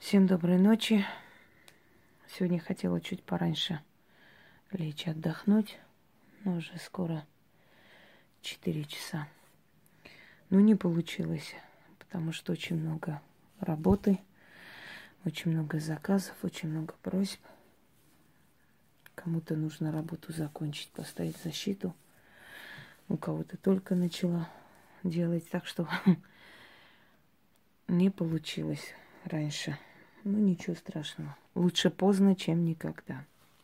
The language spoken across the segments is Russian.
Всем доброй ночи. Сегодня хотела чуть пораньше лечь отдохнуть, но уже скоро 4 часа. Но не получилось, потому что очень много работы, очень много заказов, очень много просьб. Кому-то нужно работу закончить, поставить защиту. У кого-то только начала делать, так что не получилось раньше. Ну, ничего страшного. Лучше поздно, чем никогда.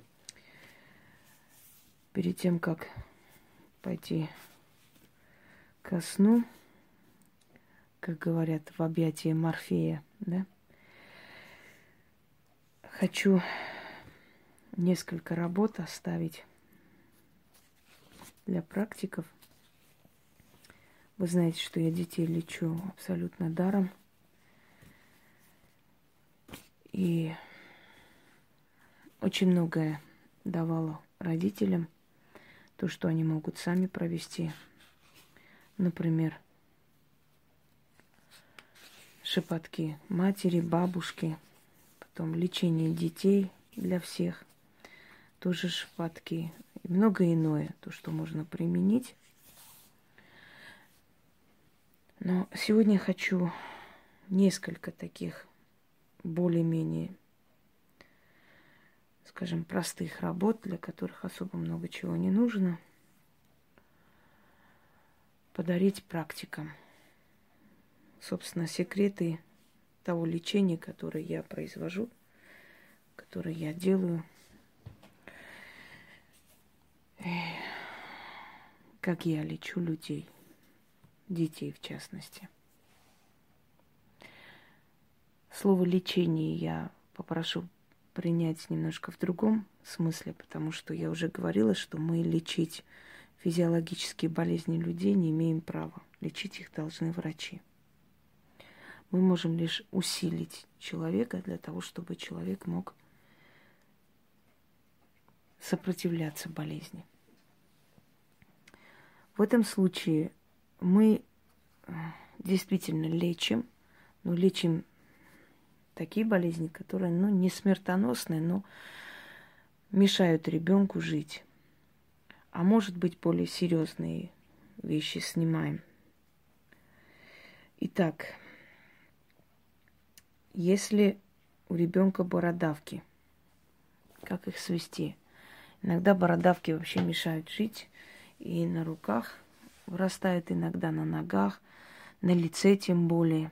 Перед тем, как пойти ко сну, как говорят, в объятия Морфея, да, хочу несколько работ оставить для практиков. Вы знаете, что я детей лечу абсолютно даром. И очень многое давала родителям, то, что они могут сами провести. Например, шепотки матери, бабушки, потом лечение детей для всех, тоже шепотки и многое иное, то, что можно применить. Но сегодня хочу несколько таких более-менее, скажем, простых работ, для которых особо много чего не нужно, подарить практикам. Собственно, секреты того лечения, которое я произвожу, которое я делаю, как я лечу людей, детей в частности. Слово «лечение» я попрошу принять немножко в другом смысле, потому что я уже говорила, что мы лечить физиологические болезни людей не имеем права. Лечить их должны врачи. Мы можем лишь усилить человека для того, чтобы человек мог сопротивляться болезни. В этом случае мы действительно лечим, но лечим такие болезни, которые, не смертоносные, но мешают ребенку жить. А может быть, более серьезные вещи снимаем. Итак, если у ребенка бородавки, как их свести? Иногда бородавки вообще мешают жить, и на руках вырастают, иногда на ногах, на лице тем более.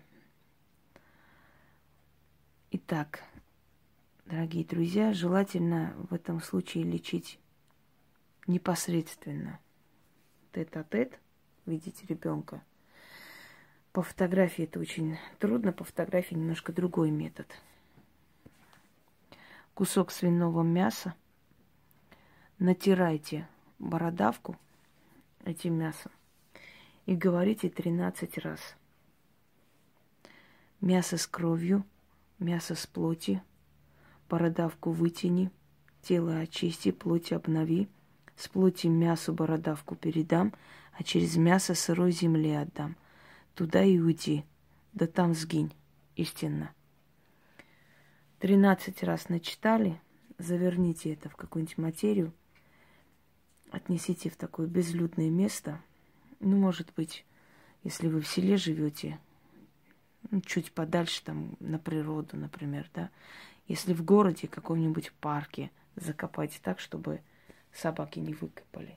Итак, дорогие друзья, желательно в этом случае лечить непосредственно, тет-а-тет, видеть ребенка. По фотографии это очень трудно, по фотографии немножко другой метод. Кусок свиного мяса, натирайте бородавку этим мясом и говорите 13 раз. Мясо с кровью, мясо с плоти, бородавку вытяни, тело очисти, плоть обнови, с плоти мясу бородавку передам, а через мясо сырой земле отдам. Туда и уйди, да там сгинь, истинно. 13 раз начитали, заверните это в какую-нибудь материю, отнесите в такое безлюдное место. Может быть, если вы в селе живете, чуть подальше, там, на природу, например, да. Если в городе, каком-нибудь парке, закопайте так, чтобы собаки не выкопали.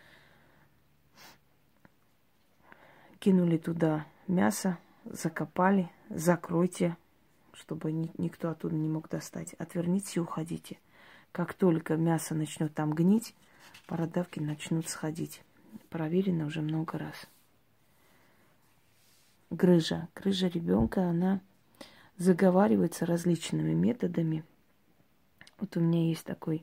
Кинули туда мясо, закопали, закройте, чтобы никто оттуда не мог достать. Отвернитесь и уходите. Как только мясо начнет там гнить, бородавки начнут сходить. Проверено уже много раз. Грыжа ребенка, она заговаривается различными методами. Вот у меня есть такой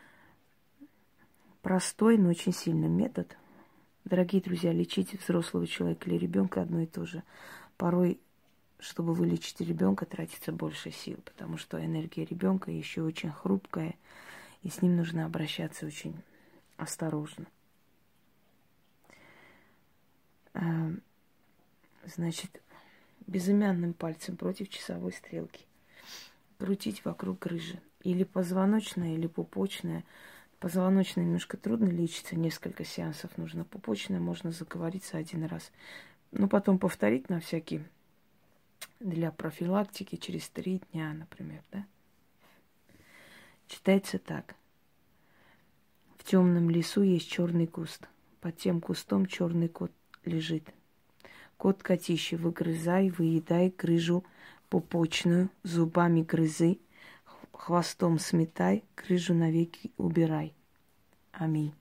простой, но очень сильный метод. Дорогие друзья, лечите взрослого человека или ребенка одно и то же. Порой, чтобы вылечить ребенка, тратится больше сил, потому что энергия ребенка еще очень хрупкая, и с ним нужно обращаться очень осторожно. Значит, безымянным пальцем против часовой стрелки крутить вокруг грыжи. Или позвоночная, или пупочная. Позвоночная немножко трудно лечится, несколько сеансов нужно. Пупочная можно заговориться один раз. Но потом повторить на всякий, для профилактики, через 3 дня, например, да? Читается так. В темном лесу есть черный куст. Под тем кустом черный кот лежит. Кот котище, выгрызай, выедай грыжу пупочную, зубами грызы, хвостом сметай, грыжу навеки убирай. Аминь.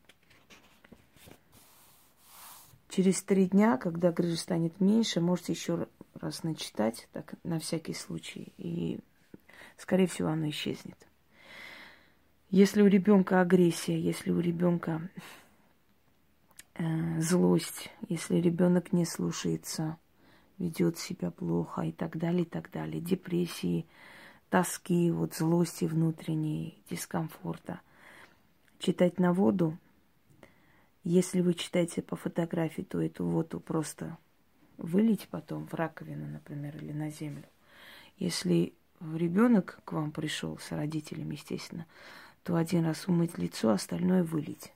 Через 3 дня, когда грыжа станет меньше, можете еще раз начитать, так на всякий случай, и, скорее всего, оно исчезнет. Если у ребенка агрессия, если у ребенка злость, если ребенок не слушается, ведет себя плохо и так далее, депрессии, тоски, вот злости внутренней, дискомфорта, читать на воду. Если вы читаете по фотографии, то эту воду просто вылить потом в раковину, например, или на землю. Если ребенок к вам пришел с родителями, естественно, то один раз умыть лицо, остальное вылить.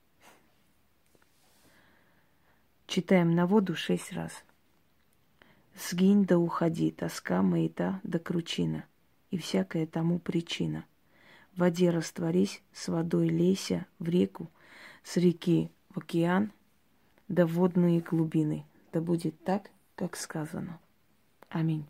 Читаем на воду 6 раз. Сгинь да уходи, тоска, маята да кручина, и всякая тому причина. В воде растворись, с водой лейся в реку, с реки в океан, да в водные глубины. Да будет так, как сказано. Аминь.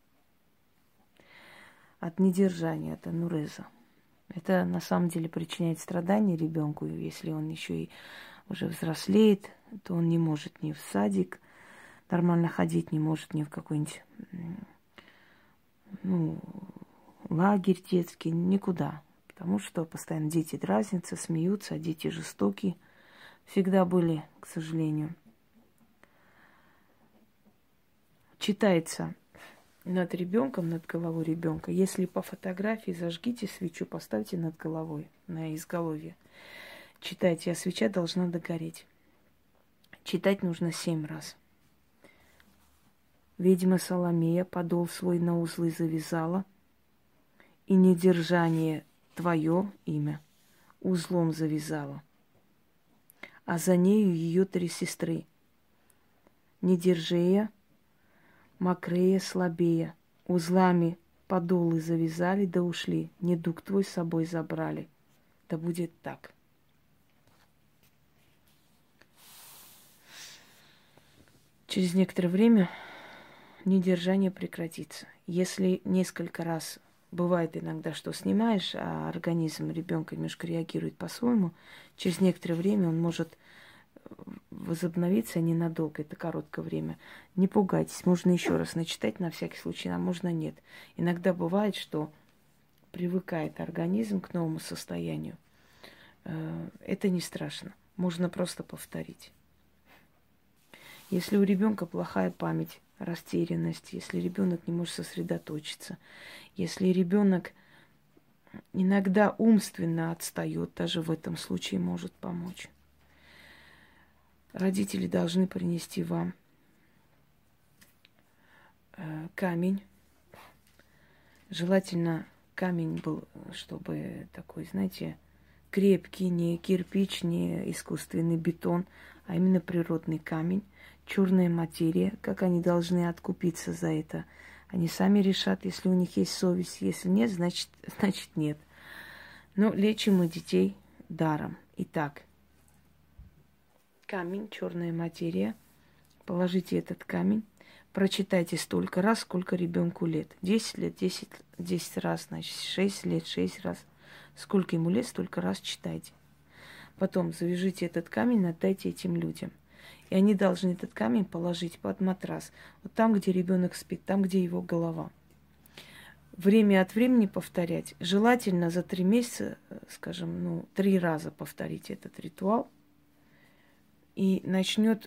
От недержания, от ануреза. Это на самом деле причиняет страдания ребенку, если он еще и уже взрослеет, то он не может ни в садик нормально ходить, не может ни в какой-нибудь лагерь детский, никуда. Потому что постоянно дети дразнятся, смеются, а дети жестокие. Всегда были, к сожалению. Читается над ребенком, над головой ребенка. Если по фотографии зажгите свечу, поставьте над головой, на изголовье. Читайте, а свеча должна догореть. Читать нужно 7 раз. Ведьма Соломея подол свой на узлы завязала, и недержание твое имя узлом завязала. А за нею ее 3 сестры. Недержея, Макрея, Слабея, узлами подолы завязали, да ушли. Недуг твой с собой забрали. Да будет так. Через некоторое время недержание прекратится. Если несколько раз, бывает иногда, что снимаешь, а организм ребенка немножко реагирует по-своему, через некоторое время он может возобновиться ненадолго, это короткое время. Не пугайтесь, можно еще раз начитать на всякий случай, а можно нет. Иногда бывает, что привыкает организм к новому состоянию. Это не страшно, можно просто повторить. Если у ребенка плохая память, растерянность, если ребенок не может сосредоточиться, если ребенок иногда умственно отстает, даже в этом случае может помочь. Родители должны принести вам камень. Желательно камень был, чтобы такой, знаете, крепкий, не кирпич, не искусственный бетон, а именно природный камень. Черная материя, как они должны откупиться за это. Они сами решат, если у них есть совесть. Если нет, значит нет. Но лечим мы детей даром. Итак, камень, черная материя. Положите этот камень. Прочитайте столько раз, сколько ребенку лет. 10 лет, 10 раз, значит, 6 лет, 6 раз. Сколько ему лет, столько раз читайте. Потом завяжите этот камень, отдайте этим людям. И они должны этот камень положить под матрас. Вот там, где ребенок спит, там, где его голова. Время от времени повторять. Желательно за 3 месяца, скажем, 3 раза повторить этот ритуал. И начнет,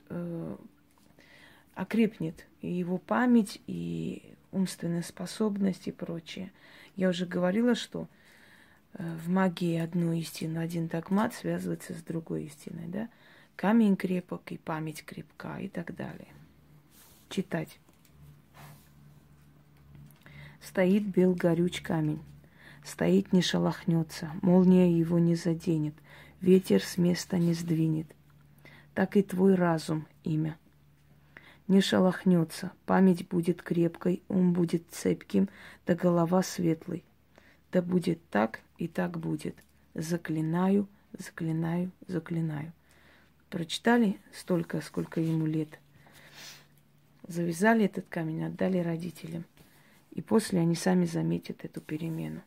окрепнет и его память, и умственная способность, и прочее. Я уже говорила, что в магии одну истину, один догмат связывается с другой истиной, да? Камень крепок, и память крепка, и так далее. Читать. Стоит бел горюч камень, стоит, не шелохнется, молния его не заденет, ветер с места не сдвинет. Так и твой разум, имя. Не шелохнется, память будет крепкой, ум будет цепким, да голова светлой. Да будет так и так будет. Заклинаю, заклинаю, заклинаю. Прочитали столько, сколько ему лет. Завязали этот камень, отдали родителям. И после они сами заметят эту перемену.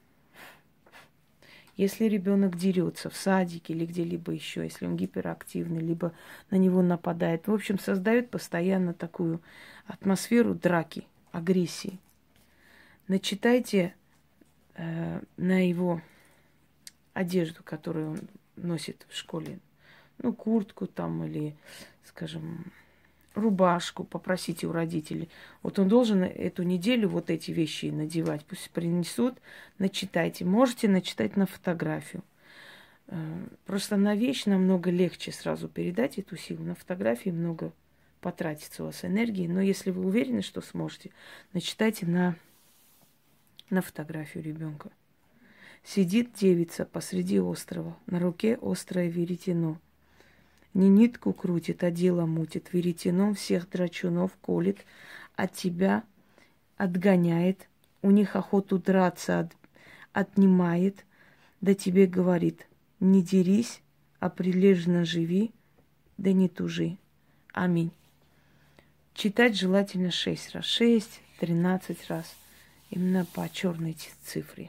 Если ребенок дерется в садике или где-либо еще, если он гиперактивный, либо на него нападает, в общем, создает постоянно такую атмосферу драки, агрессии. Начитайте на его одежду, которую он носит в школе, ну, куртку там или, скажем, рубашку, попросите у родителей. Вот он должен эту неделю вот эти вещи надевать. Пусть принесут, начитайте. Можете начитать на фотографию. Просто на вещь намного легче сразу передать эту силу. На фотографии много потратится у вас энергии. Но если вы уверены, что сможете, начитайте на фотографию ребенка. Сидит девица посреди острова, на руке острое веретено. Не нитку крутит, а дело мутит, веретеном всех драчунов колет, от тебя отгоняет, у них охоту драться отнимает, да тебе говорит, не дерись, а прилежно живи, да не тужи. Аминь. Читать желательно 6 раз. 6, 13 раз. Именно по черной цифре.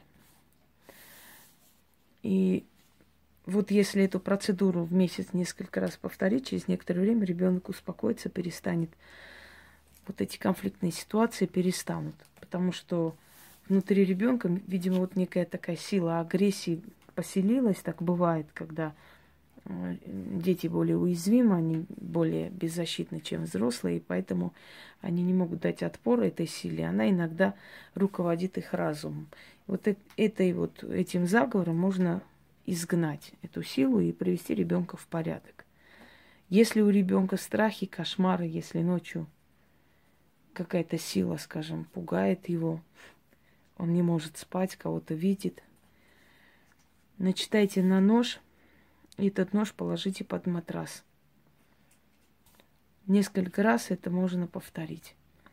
И вот если эту процедуру в месяц несколько раз повторить, через некоторое время ребенок успокоится, перестанет. Вот эти конфликтные ситуации перестанут. Потому что внутри ребенка, видимо, вот некая такая сила агрессии поселилась. Так бывает, когда дети более уязвимы, они более беззащитны, чем взрослые, и поэтому они не могут дать отпор этой силе. Она иногда руководит их разумом. Вот этим заговором можно изгнать эту силу и привести ребенка в порядок. Если у ребенка страхи, кошмары, если ночью какая-то сила, скажем, пугает его, он не может спать, кого-то видит, начитайте на нож, и этот нож положите под матрас. Несколько раз это можно повторить.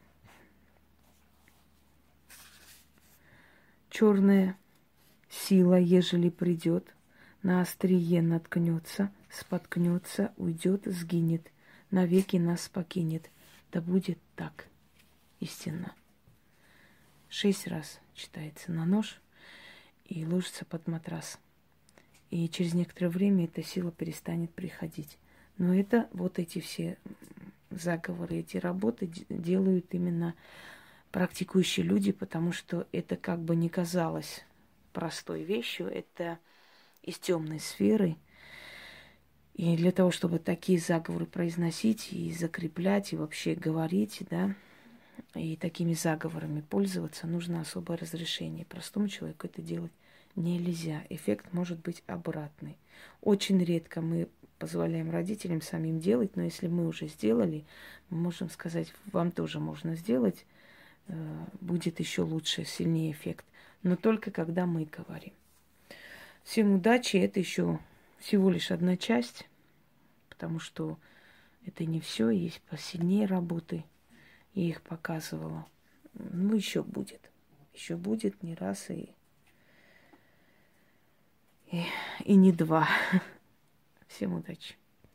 Черная сила, ежели придет, на острие наткнется, споткнется, уйдет, сгинет, навеки нас покинет. Да будет так, истинно. 6 раз читается на нож и ложится под матрас. И через некоторое время эта сила перестанет приходить. Но это вот эти все заговоры, эти работы делают именно практикующие люди, потому что это как бы не казалось простой вещью, это из темной сферы. И для того, чтобы такие заговоры произносить и закреплять, и вообще говорить, да, и такими заговорами пользоваться, нужно особое разрешение. Простому человеку это делать нельзя. Эффект может быть обратный. Очень редко мы позволяем родителям самим делать, но если мы уже сделали, мы можем сказать, вам тоже можно сделать, будет еще лучше, сильнее эффект. Но только когда мы говорим. Всем удачи, это еще всего лишь одна часть, потому что это не все, есть посильнее работы, я их показывала. Ну, еще будет не раз и не два. Всем удачи.